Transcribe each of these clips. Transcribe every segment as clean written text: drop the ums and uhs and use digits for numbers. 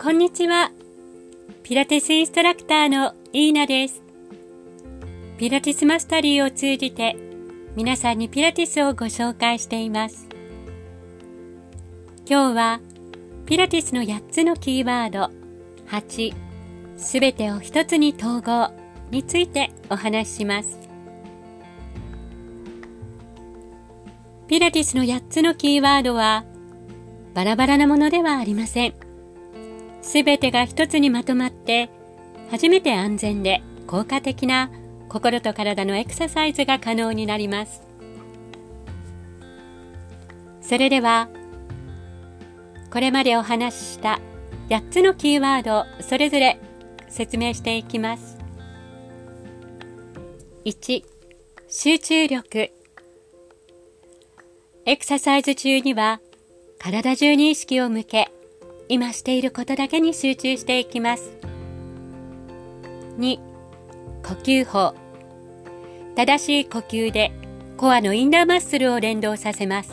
こんにちは。ピラティスインストラクターのイーナです。ピラティスマスタリーを通じて皆さんにピラティスをご紹介しています。今日はピラティスの8つのキーワード8、すべてを一つに統合についてお話しします。ピラティスの8つのキーワードはバラバラなものではありません。すべてが一つにまとまって初めて安全で効果的な心と体のエクササイズが可能になります。それではこれまでお話しした8つのキーワードをそれぞれ説明していきます。1、集中力。エクササイズ中には体中に意識を向け、今していることだけに集中していきます。2、呼吸法。正しい呼吸でコアのインナーマッスルを連動させます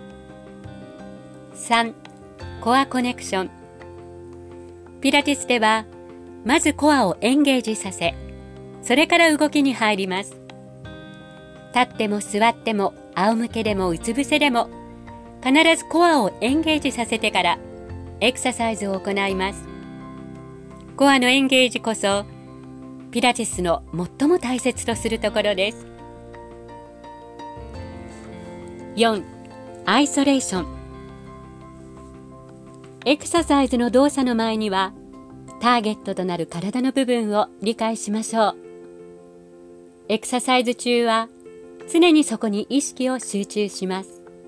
。3、コアコネクション。ピラティスではまずコアをエンゲージさせ、それから動きに入ります。立っても座っても仰向けでもうつ伏せでも必ずコアをエンゲージさせてからエクササイズを行います。コアのエンゲージこそピラティスの最も大切とするところです。4、アイソレーション。エクササイズの動作の前にはターゲットとなる体の部分を理解しましょう。エクササイズ中は常にそこに意識を集中します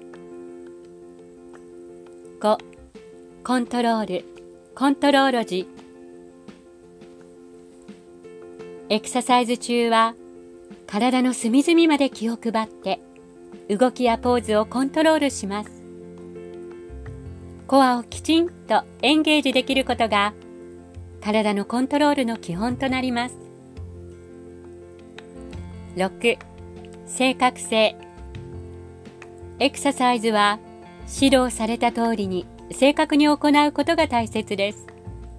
。5、コントロール、コントローロジー。エクササイズ中は体の隅々まで気を配って動きやポーズをコントロールします。コアをきちんとエンゲージできることが体のコントロールの基本となります。6、正確性。エクササイズは指導された通りに正確に行うことが大切です。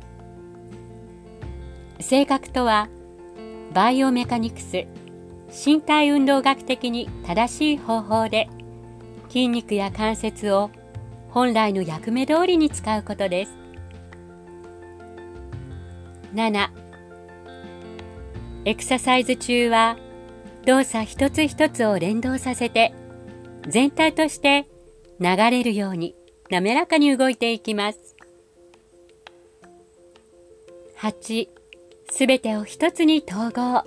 正確とはバイオメカニクス、身体運動学的に正しい方法で筋肉や関節を本来の役目通りに使うことです。7、エクササイズ中は動作一つ一つを連動させて全体として流れるように滑らかに動いていきます。8、すべてを一つに統合。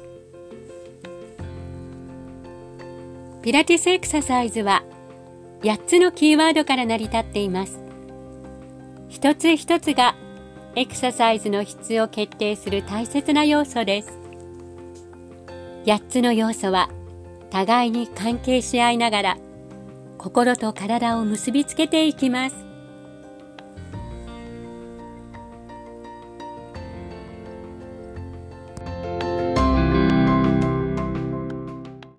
ピラティスエクササイズは8つのキーワードから成り立っています。一つ一つがエクササイズの質を決定する大切な要素です。8つの要素は互いに関係し合いながら心と体を結びつけていきます。